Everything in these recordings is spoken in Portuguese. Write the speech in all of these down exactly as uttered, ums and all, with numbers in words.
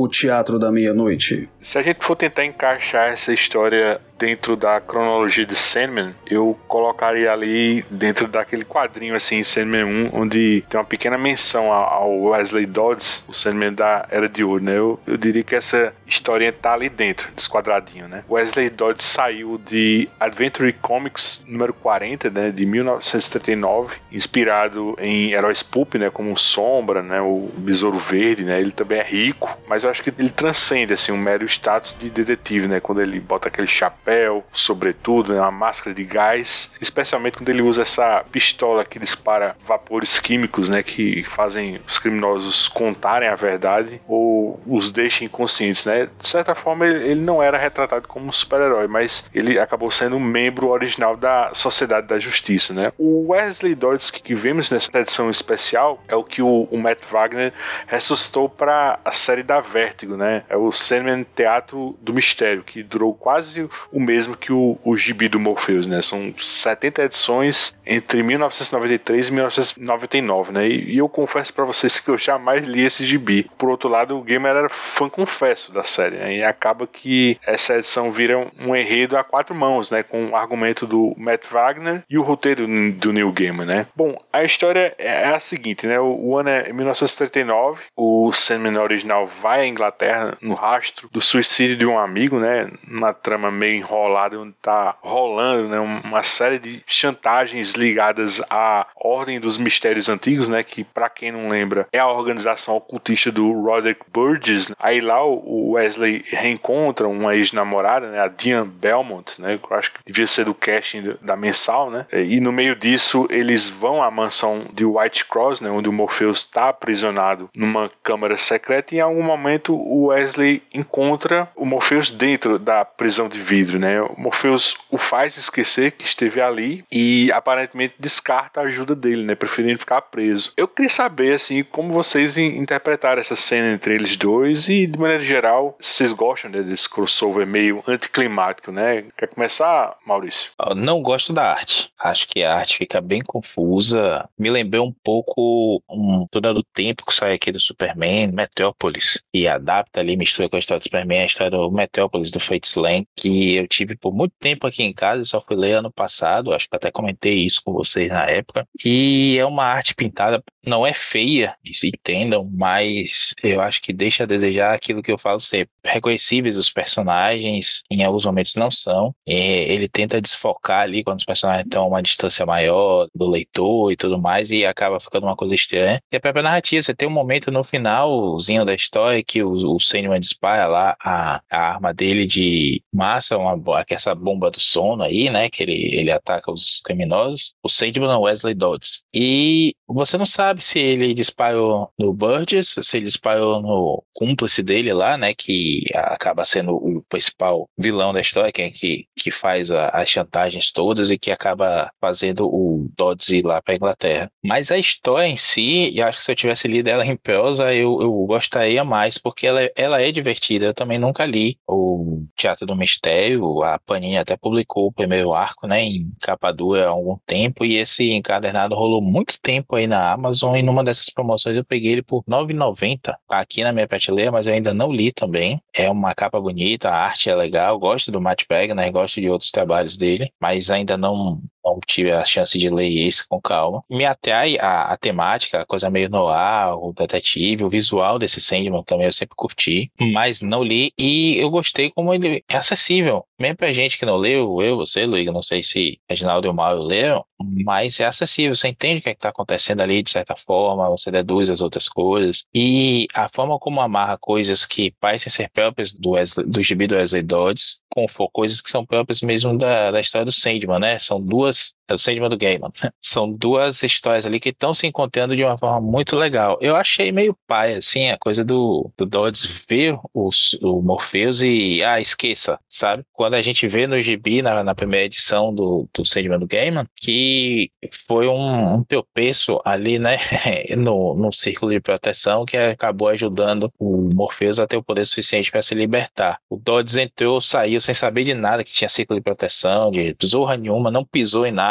Teatro da Meia-Noite. Se a gente for tentar encaixar essa história dentro da cronologia de Sandman, eu colocaria ali dentro daquele quadrinho assim, Sandman um, onde tem uma pequena menção ao Wesley Dodds, o Sandman da Era de Ouro, né? Eu, eu diria que essa historinha tá ali dentro desse quadradinho, né? Wesley Dodds saiu de Adventure Comics número quarenta, né? De mil novecentos e trinta e nove, inspirado em heróis pulp, né? Como o Sombra, né? O Besouro Verde, né? Ele também é rico, mas eu acho que ele transcende assim um mero status de detetive, né? Quando ele bota aquele chapéu, sobretudo, né, uma máscara de gás, especialmente quando ele usa essa pistola que dispara vapores químicos, né, que fazem os criminosos contarem a verdade ou os deixem inconscientes, né? De certa forma, ele não era retratado como um super-herói, mas ele acabou sendo um membro original da Sociedade da Justiça, né? O Wesley Dodds que vemos nessa edição especial é o que o, o Matt Wagner ressuscitou para a série da Vertigo, né? É o Sandman Teatro do Mistério, que durou quase o mesmo que o, o gibi do Morpheus, né? São setenta edições entre mil novecentos e noventa e três e mil novecentos e noventa e nove, né? E, e eu confesso pra vocês que eu jamais li esse gibi. Por outro lado, o Gamer era fã confesso da série, né? E acaba que essa edição vira um, um enredo a quatro mãos, né? Com o argumento do Matt Wagner e o roteiro do Neil Gaiman, né? Bom, a história é a seguinte, né? O, o ano é mil novecentos e trinta e nove, o Sandman original vai à Inglaterra no rastro do suicídio de um amigo, né? Uma trama meio enrolado, onde tá rolando, né, uma série de chantagens ligadas à Ordem dos Mistérios Antigos, né, que pra quem não lembra é a organização ocultista do Roderick Burgess. Aí lá o Wesley reencontra uma ex-namorada, né, a Diane Belmont, né, que eu acho que devia ser do casting da mensal, né, e no meio disso eles vão à mansão de White Cross, né, onde o Morpheus está aprisionado numa câmara secreta, e em algum momento o Wesley encontra o Morpheus dentro da prisão de vidro, né? O Morpheus o faz esquecer que esteve ali e aparentemente descarta a ajuda dele, né? Preferindo ficar preso. Eu queria saber, assim, como vocês interpretaram essa cena entre eles dois e, de maneira geral, se vocês gostam, né, desse crossover meio anticlimático, né? Quer começar, Maurício? Eu não gosto da arte. Acho que a arte fica bem confusa. Me lembrou um pouco um Túnel do Tempo que sai aqui do Superman, Metrópolis, e adapta ali, mistura com a história do Superman, a história do Metrópolis, do Fate Slam, que eu tive por muito tempo aqui em casa e só fui ler ano passado, acho que até comentei isso com vocês na época, e é uma arte pintada, não é feia, entendam, mas eu acho que deixa a desejar aquilo que eu falo sempre, reconhecíveis os personagens, em alguns momentos não são, e ele tenta desfocar ali quando os personagens estão a uma distância maior do leitor e tudo mais, e acaba ficando uma coisa estranha, e a própria narrativa, você tem um momento no finalzinho da história que o, o Sandman dispara lá a, a arma dele de massa, uma, essa bomba do sono aí, né, que ele, ele ataca os criminosos, o Sandman é Wesley Dodds, e você não sabe se ele disparou no Burgess, se ele disparou no cúmplice dele lá, né, que acaba sendo o principal vilão da história, que, que, que faz a, as chantagens todas e que acaba fazendo o Dodds ir lá pra Inglaterra. Mas a história em si, eu acho que se eu tivesse lido ela em prosa, eu, eu gostaria mais, porque ela, ela é divertida. Eu também nunca li o Teatro do Mistério, a Panini até publicou o primeiro arco, né, em capa dura há algum tempo, e esse encadernado rolou muito tempo aí na Amazon, e numa dessas promoções eu peguei ele por nove reais e noventa centavos, tá aqui na minha prateleira, mas eu ainda não li também. É uma capa bonita, a arte é legal, gosto do Matt Wagner, gosto de outros trabalhos dele, mas ainda não não tive a chance de ler esse com calma. Me atrai a, a temática, a coisa meio noir, o detetive, o visual desse Sandman também eu sempre curti, mas não li, e eu gostei como ele é acessível, mesmo pra gente que não leu, eu, você, Luiz, não sei se Reginaldo e o Mauro leram, mas é acessível, você entende o que é que tá acontecendo ali de certa forma, você deduz as outras coisas, e a forma como amarra coisas que parecem ser próprias do, Wesley, do gibi do Wesley Dodds, com coisas que são próprias mesmo da, da história do Sandman, né? São duas, é o Sandman do Gaiman, são duas histórias ali que estão se encontrando de uma forma muito legal. Eu achei meio pai, assim, a coisa do, do Dodds ver o, o Morpheus e, ah, esqueça, sabe? Quando a gente vê no gibi, na, na primeira edição do, do Sandman do Gaiman, que foi um, um tropeço ali, né, no, no círculo de proteção que acabou ajudando o Morpheus a ter o poder suficiente para se libertar. O Dodds entrou, saiu sem saber de nada que tinha círculo de proteção, de zorra nenhuma, não pisou em nada,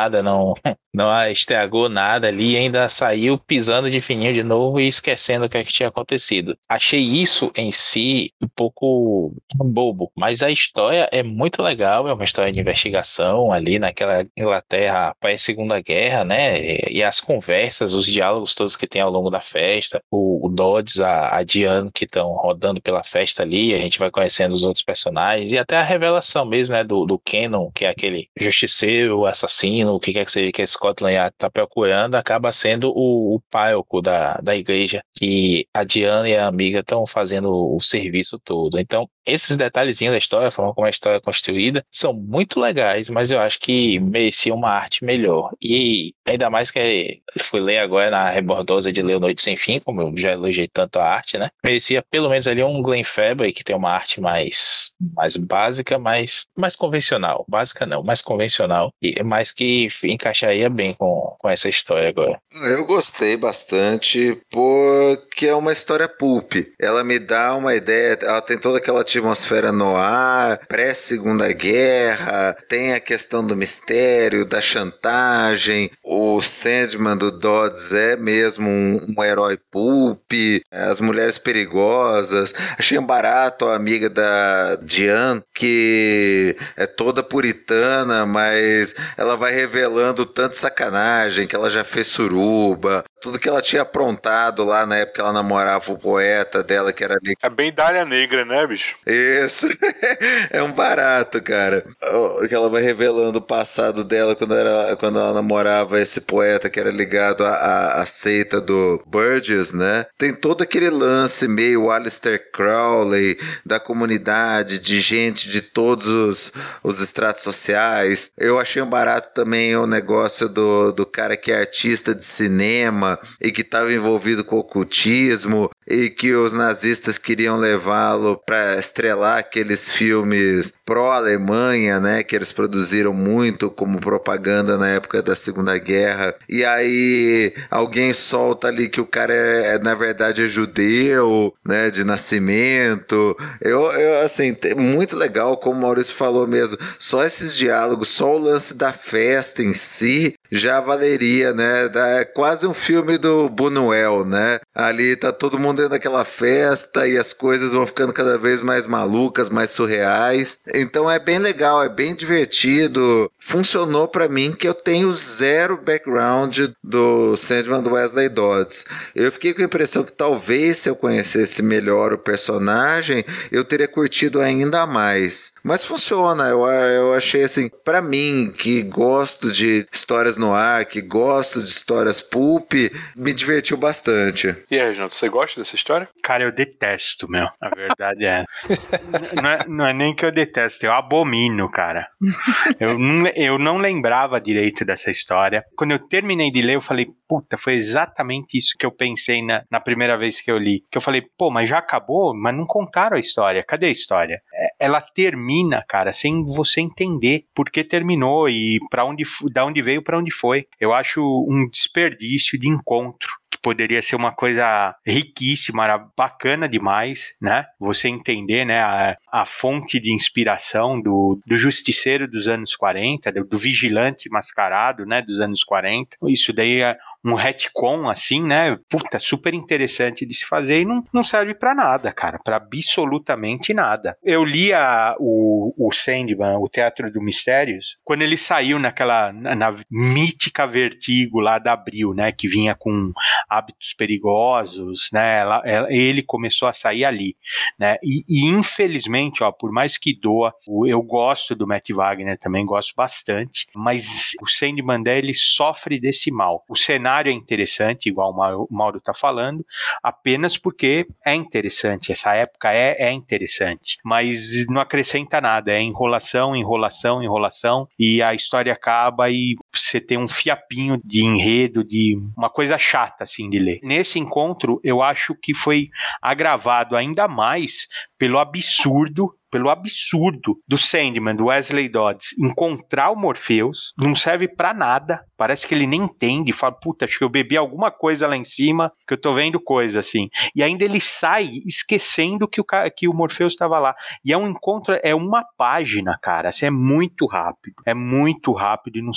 nada, não, não estragou nada ali, ainda saiu pisando de fininho de novo e esquecendo o que, é que tinha acontecido. Achei isso em si um pouco bobo, mas a história é muito legal, é uma história de investigação ali naquela Inglaterra pós-Segunda Guerra, né? E, e as conversas, os diálogos todos que tem ao longo da festa, o, o Dodds, a, a Diane que estão rodando pela festa ali, a gente vai conhecendo os outros personagens e até a revelação mesmo, né, do, do Cannon, que é aquele justiceiro, assassino, o que quer que seja que a Scotland Yard tá procurando, acaba sendo o, o pároco da, da igreja, que a Diane e a amiga estão fazendo o serviço todo. Então, esses detalhezinhos da história, a forma como a história é construída, são muito legais, mas eu acho que merecia uma arte melhor. E ainda mais que fui ler agora na rebordosa de ler Noite Sem Fim, como eu já elogiei tanto a arte, né? Merecia pelo menos ali um Glenn Fabry, que tem uma arte mais, mais básica, mais, mais convencional. Básica não, mais convencional. E mais que encaixaria bem com, com essa história agora. Eu gostei bastante porque é uma história pulp. Ela me dá uma ideia, ela tem toda aquela atmosfera noir, pré-segunda guerra, tem a questão do mistério, da chantagem. O Sandman do Dodds é mesmo um, um herói pulp, as mulheres perigosas. Achei um barato a amiga da Diane, que é toda puritana, mas ela vai revelando tanto sacanagem, que ela já fez suruba, tudo que ela tinha aprontado lá na época que ela namorava o poeta dela, que era... É bem Dália Negra, né, bicho? Isso. É um barato, cara. Que ela vai revelando o passado dela quando, era, quando ela namorava esse poeta que era ligado à, à, à seita do Burgess, né? Tem todo aquele lance meio Aleister Crowley, da comunidade, de gente de todos os, os estratos sociais. Eu achei um barato também o negócio do, do cara que é artista de cinema e que estava envolvido com o ocultismo e que os nazistas queriam levá-lo para estrelar aqueles filmes pró-Alemanha, né, que eles produziram muito como propaganda na época da Segunda Guerra. E aí alguém solta ali que o cara é, na verdade é judeu, né, de nascimento. Eu, eu assim, muito legal, como o Maurício falou mesmo, só esses diálogos, só o lance da festa em si já valeria, né? É quase um filme do Buñuel, né? Ali tá todo mundo dentro daquela festa e as coisas vão ficando cada vez mais malucas, mais surreais. Então é bem legal, é bem divertido. Funcionou pra mim, que eu tenho zero background do Sandman do Wesley Dodds. Eu fiquei com a impressão que talvez se eu conhecesse melhor o personagem, eu teria curtido ainda mais. Mas funciona, eu, eu achei assim, pra mim, que gosto de histórias no ar, que gosto de histórias pulp, me divertiu bastante. E aí, Reginaldo, você gosta dessa história? Cara, eu detesto, meu. A verdade é. não é. Não é nem que eu detesto, eu abomino, cara. Eu não, eu não lembrava direito dessa história. Quando eu terminei de ler, eu falei, puta, foi exatamente isso que eu pensei na, na primeira vez que eu li. Que eu falei, pô, mas já acabou? Mas não contaram a história. Cadê a história? Ela termina, cara, sem você entender por que terminou e pra onde, da onde veio, pra onde foi. Eu acho um desperdício de encontro, que poderia ser uma coisa riquíssima, era bacana demais, né? Você entender, né, a, a fonte de inspiração do, do justiceiro dos anos quarenta, do, do vigilante mascarado, né, dos anos quarenta. Isso daí é um retcon, assim, né? Puta, super interessante de se fazer e não, não serve pra nada, cara. Pra absolutamente nada. Eu li a, o, o Sandman, o Teatro do Mistérios, quando ele saiu naquela na, na mítica Vertigo lá da Abril, né? Que vinha com Hábitos Perigosos, né? Ela, ela, ele começou a sair ali, né? E, e infelizmente, ó, por mais que doa, eu gosto do Matt Wagner também, gosto bastante, mas o Sandman dele sofre desse mal. O cenário é interessante, igual o Mauro tá falando, apenas porque é interessante, essa época é, é interessante, mas não acrescenta nada, é enrolação, enrolação, enrolação, e a história acaba e você tem um fiapinho de enredo, de uma coisa chata, assim, de ler. Nesse encontro, eu acho que foi agravado ainda mais pelo absurdo pelo absurdo do Sandman, do Wesley Dodds, encontrar o Morpheus, não serve pra nada, parece que ele nem entende, fala, puta, acho que eu bebi alguma coisa lá em cima, que eu tô vendo coisa, assim, e ainda ele sai esquecendo que o, que o Morpheus estava lá, e é um encontro, é uma página, cara, assim, é muito rápido, é muito rápido e não serve pra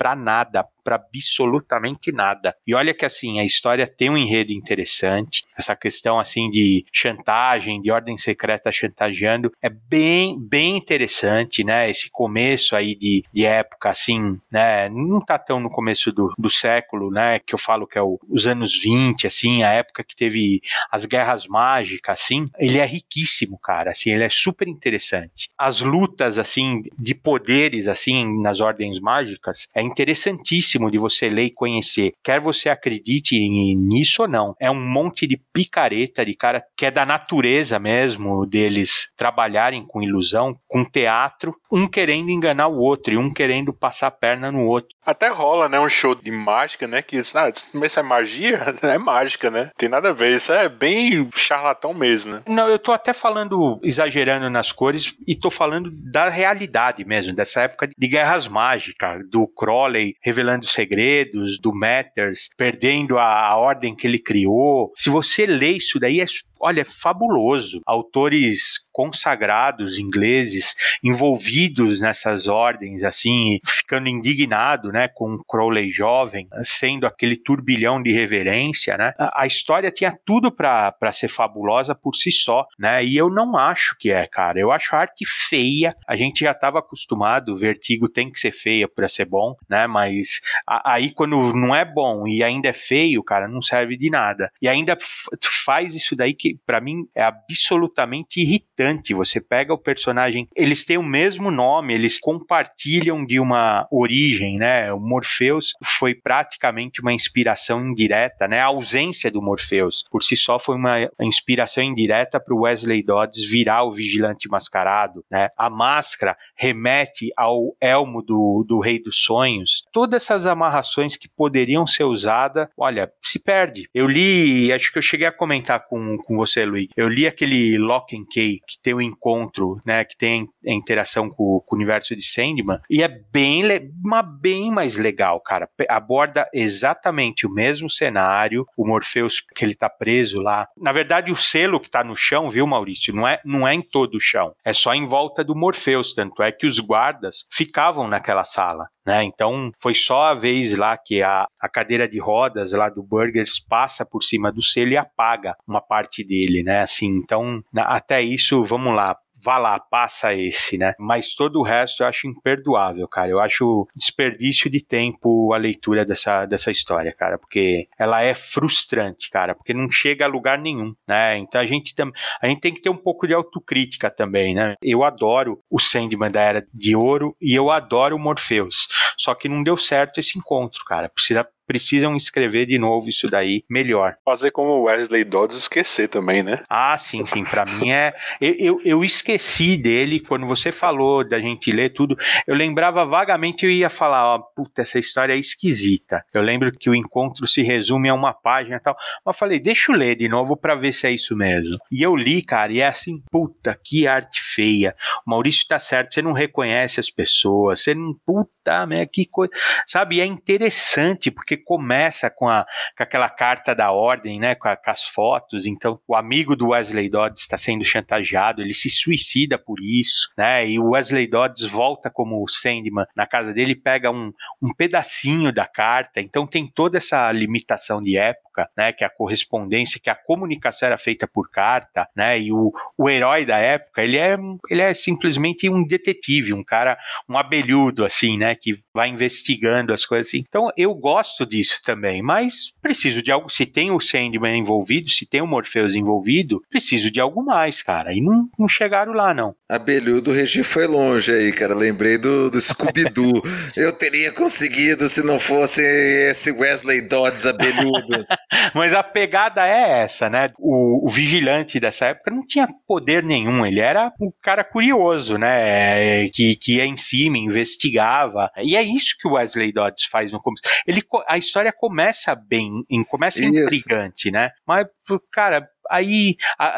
pra nada, pra absolutamente nada. E olha que assim, a história tem um enredo interessante, essa questão assim de chantagem, de ordem secreta chantageando, é bem, bem interessante, né, esse começo aí de, de época assim, né, não tá tão no começo do, do século, né, que eu falo que é o, os anos vinte, assim, a época que teve as guerras mágicas, assim, ele é riquíssimo, cara, assim, ele é super interessante. As lutas, assim, de poderes, assim, nas ordens mágicas, é interessantíssimo de você ler e conhecer, quer você acredite nisso ou não, é um monte de picareta de cara que é da natureza mesmo deles trabalharem com ilusão, com teatro, um querendo enganar o outro e um querendo passar a perna no outro. Até rola, né, um show de mágica, né, que ah, isso é magia? É mágica, né? Tem nada a ver, isso é bem charlatão mesmo, né? Não, eu tô até falando, exagerando nas cores, e tô falando da realidade mesmo, dessa época de guerras mágicas, do Crowley revelando segredos, do Matters perdendo a, a ordem que ele criou. Se você lê isso daí, é, olha, é fabuloso. Autores consagrados ingleses envolvidos nessas ordens, assim, ficando indignado, né, com o Crowley jovem, sendo aquele turbilhão de reverência, né? A, a história tinha tudo para ser fabulosa por si só, né? E eu não acho que é, cara. Eu acho a arte feia. A gente já estava acostumado, Vertigo tem que ser feia para ser bom, né? Mas a, aí quando não é bom e ainda é feio, cara, não serve de nada. E ainda f- faz isso daí que para mim é absolutamente irritante. Você pega o personagem, eles têm o mesmo nome, eles compartilham de uma origem, né? O Morpheus foi praticamente uma inspiração indireta, né? A ausência do Morpheus por si só foi uma inspiração indireta para o Wesley Dodds virar o Vigilante Mascarado, né? A máscara remete ao elmo do, do Rei dos Sonhos. Todas essas amarrações que poderiam ser usadas, olha, se perde. Eu li, acho que eu cheguei a comentar com, com você, Luiz, eu li aquele Lock and Key, que tem o encontro, né, que tem a interação com, com o universo de Sandman, e é bem, mas bem mais legal, cara. Aborda exatamente o mesmo cenário, o Morpheus, que ele tá preso lá. Na verdade, o selo que tá no chão, viu, Maurício, não é, não é em todo o chão, é só em volta do Morpheus, tanto é que os guardas ficavam naquela sala, né? Então, foi só a vez lá que a, a cadeira de rodas lá do Burgers passa por cima do selo e apaga uma parte dele, né? Assim, então, na, até isso, vamos lá, vá lá, passa esse, né? Mas todo o resto eu acho imperdoável, cara. Eu acho desperdício de tempo a leitura dessa, dessa história, cara, porque ela é frustrante, cara, porque não chega a lugar nenhum, né? Então a gente, tam, a gente tem que ter um pouco de autocrítica também, né? Eu adoro o Sandman da Era de Ouro e eu adoro o Morpheus, só que não deu certo esse encontro, cara. Precisa Precisam escrever de novo isso daí melhor. Fazer como o Wesley Dodds esquecer também, né? Ah, sim, sim. Pra mim é... Eu, eu, eu esqueci dele, quando você falou da gente ler tudo, eu lembrava vagamente, eu ia falar, ó, puta, essa história é esquisita. Eu lembro que o encontro se resume a uma página e tal, mas falei, deixa eu ler de novo pra ver se é isso mesmo. E eu li, cara, e é assim, puta, que arte feia. O Maurício tá certo, você não reconhece as pessoas, você não... Puta, que coisa... Sabe, e é interessante, porque começa com, a, com aquela carta da ordem, né, com, a, com as fotos. Então o amigo do Wesley Dodds está sendo chantageado, ele se suicida por isso, né, e o Wesley Dodds volta como o Sandman na casa dele e pega um, um pedacinho da carta. Então tem toda essa limitação de época, né, que a correspondência, que a comunicação era feita por carta, né, e o, o herói da época, ele é, ele é simplesmente um detetive, um cara, um abelhudo assim, né, que vai investigando as coisas assim. Então eu gosto disso também, mas preciso de algo, se tem o Sandman envolvido, se tem o Morpheus envolvido, preciso de algo mais, cara, e não, não chegaram lá, não. Abelhudo, o Regi foi longe aí, cara, lembrei do, do Scooby-Doo. Eu teria conseguido se não fosse esse Wesley Dodds abelhudo. Mas a pegada é essa, né, o, o vigilante dessa época não tinha poder nenhum, ele era um cara curioso, né, que, que ia em cima, investigava, e é isso que o Wesley Dodds faz no começo. Ele, a história começa bem, começa Isso. intrigante, né? Mas, cara, aí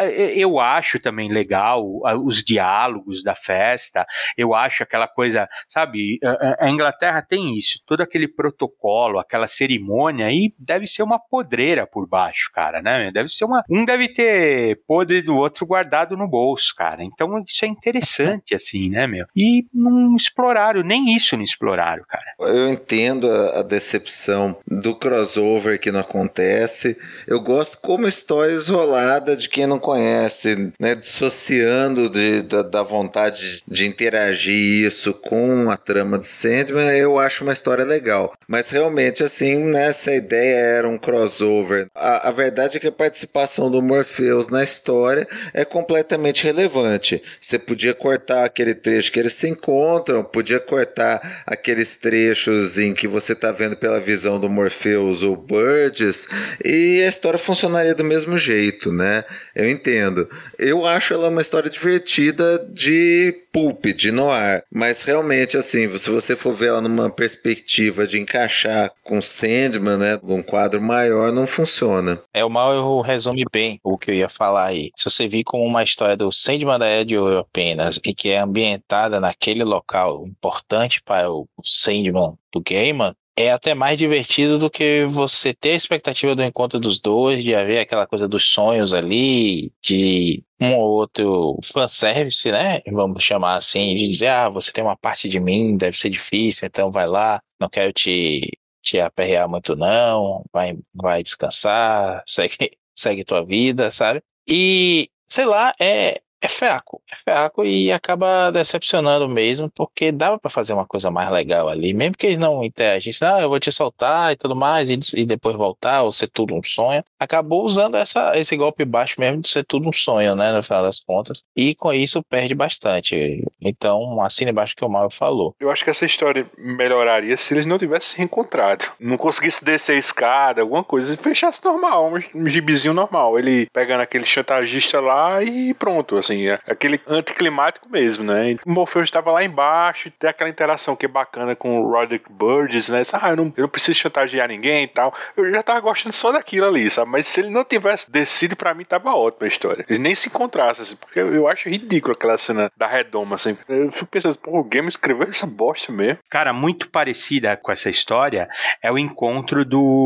eu acho também legal os diálogos da festa, eu acho aquela coisa, sabe, a Inglaterra tem isso, todo aquele protocolo, aquela cerimônia, aí deve ser uma podreira por baixo, cara, né? Deve ser uma, um deve ter podre do outro guardado no bolso, cara. Então isso é interessante, assim, né, meu? E não exploraram, nem isso não exploraram, cara. Eu entendo a, a decepção do crossover que não acontece. Eu gosto como história isolada de quem não conhece, né? Dissociando de, da, da vontade de interagir isso com a trama de Sandman, eu acho uma história legal. Mas realmente, assim, né, se a ideia era um crossover, a, a verdade é que a participação do Morpheus na história é completamente relevante. Você podia cortar aquele trecho que eles se encontram, podia cortar aqueles trechos em que você está vendo pela visão do Morpheus ou Burgess, e a história funcionaria do mesmo jeito, né? Eu entendo. Eu acho ela uma história divertida de pulp, de noir, mas realmente, assim, se você for ver ela numa perspectiva de encaixar com Sandman, né, num quadro maior, não funciona. É, o mal resume bem o que eu ia falar aí. Se você vir como uma história do Sandman da Edgehill apenas, e que é ambientada naquele local importante para o Sandman do Gaiman, é até mais divertido do que você ter a expectativa do encontro dos dois, de haver aquela coisa dos sonhos ali, de um ou outro fanservice, né? Vamos chamar assim, de dizer, ah, você tem uma parte de mim, deve ser difícil, então vai lá, não quero te, te aperrear muito não, vai, vai descansar, segue, segue tua vida, sabe? E, sei lá, é... É fraco, é fraco e acaba decepcionando mesmo, porque dava pra fazer uma coisa mais legal ali, mesmo que eles não interagissem, ah, eu vou te soltar e tudo mais, e, e depois voltar, ou ser tudo um sonho. Acabou usando essa, esse golpe baixo mesmo de ser tudo um sonho, né, no final das contas, e com isso perde bastante. Então, assina embaixo que o Mauro falou. Eu acho que essa história melhoraria se eles não tivessem se reencontrado, não conseguisse descer a escada, alguma coisa, e fechasse normal, um gibizinho normal, ele pegando aquele chantagista lá e pronto, assim. Aquele anticlimático mesmo, né? O Morpheus estava lá embaixo, tem aquela interação que é bacana com o Roderick Burgess, né? Ah, eu não, eu não preciso chantagear ninguém e tal. Eu já tava gostando só daquilo ali, sabe? Mas se ele não tivesse descido, pra mim tava ótima a história. Eles nem se encontrassem, assim, porque eu acho ridículo aquela cena da redoma, assim. Eu fico pensando, pô, o Game escreveu essa bosta mesmo. Cara, muito parecida com essa história é o encontro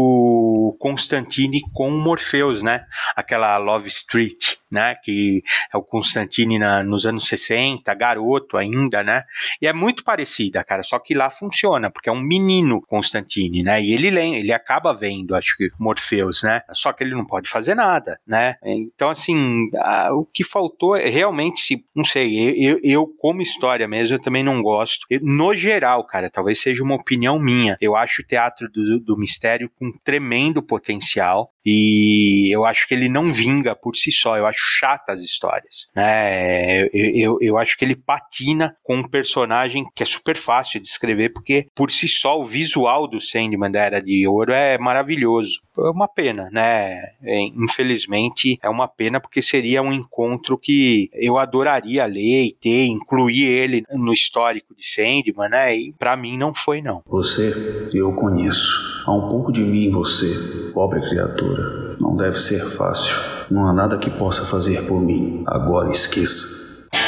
do Constantine com o Morpheus, né? Aquela Love Street, né? Que é o Constantine Na, nos anos sessenta, garoto ainda, né? E é muito parecida, cara, só que lá funciona, porque é um menino Constantine, né? E ele, ele acaba vendo, acho que, Morpheus, né? Só que ele não pode fazer nada, né? Então, assim, a, o que faltou é realmente, se, não sei, eu, eu, como história mesmo, eu também não gosto. Eu, no geral, cara, talvez seja uma opinião minha. Eu acho o Teatro do, do Mistério com tremendo potencial e eu acho que ele não vinga por si só. Eu acho chata as histórias, né? Eu, eu, eu acho que ele patina com um personagem que é super fácil de escrever, porque por si só o visual do Sandman da Era de Ouro é maravilhoso. É uma pena, né? É, infelizmente é uma pena, porque seria um encontro que eu adoraria ler e ter, incluir ele no histórico de Sandman, né? E pra mim não foi, não. Você, eu conheço. Há um pouco de mim em você, pobre criatura. Não deve ser fácil. Não há nada que possa fazer por mim. Agora esqueça.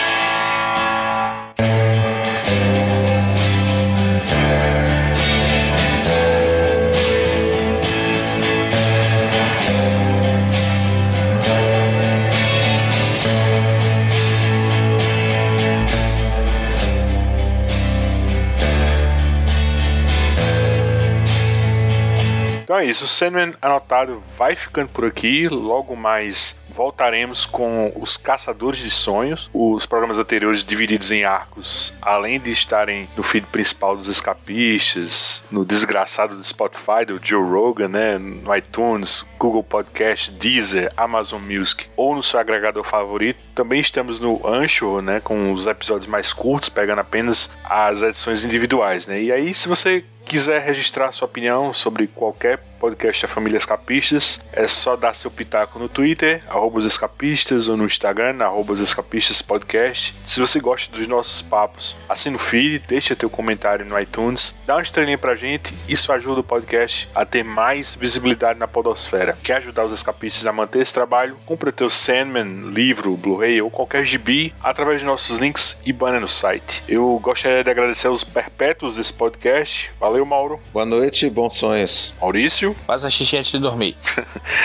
Então é isso, o Sandman Anotado vai ficando por aqui. Logo mais voltaremos com os Caçadores de Sonhos, os programas anteriores divididos em arcos, além de estarem no feed principal dos escapistas, no desgraçado do Spotify, do Joe Rogan, né, no iTunes, Google Podcast, Deezer, Amazon Music ou no seu agregador favorito. Também estamos no Anchor, né, com os episódios mais curtos, pegando apenas as edições individuais, né? E aí, se você quiser registrar sua opinião sobre qualquer podcast da Família Escapistas. É só dar seu pitaco no Twitter, arroba os escapistas, ou no Instagram, arroba os escapistas podcast. Se você gosta dos nossos papos, assina o feed, deixa teu comentário no iTunes, dá uma estrelinha pra gente, isso ajuda o podcast a ter mais visibilidade na podosfera. Quer ajudar os escapistas a manter esse trabalho? Compre teu Sandman, livro, Blu-ray ou qualquer gibi através de nossos links e banner no site. Eu gostaria de agradecer aos perpétuos desse podcast. Valeu, Mauro. Boa noite e bons sonhos. Maurício. Faça xixi antes de dormir.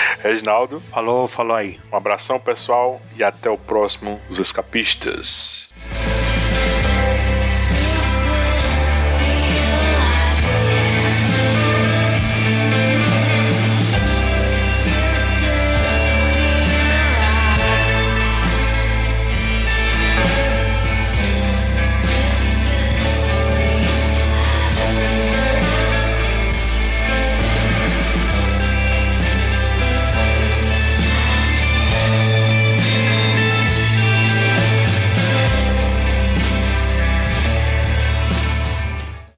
Reginaldo. Falou, falou aí. Um abração, pessoal, e até o próximo Os Escapistas.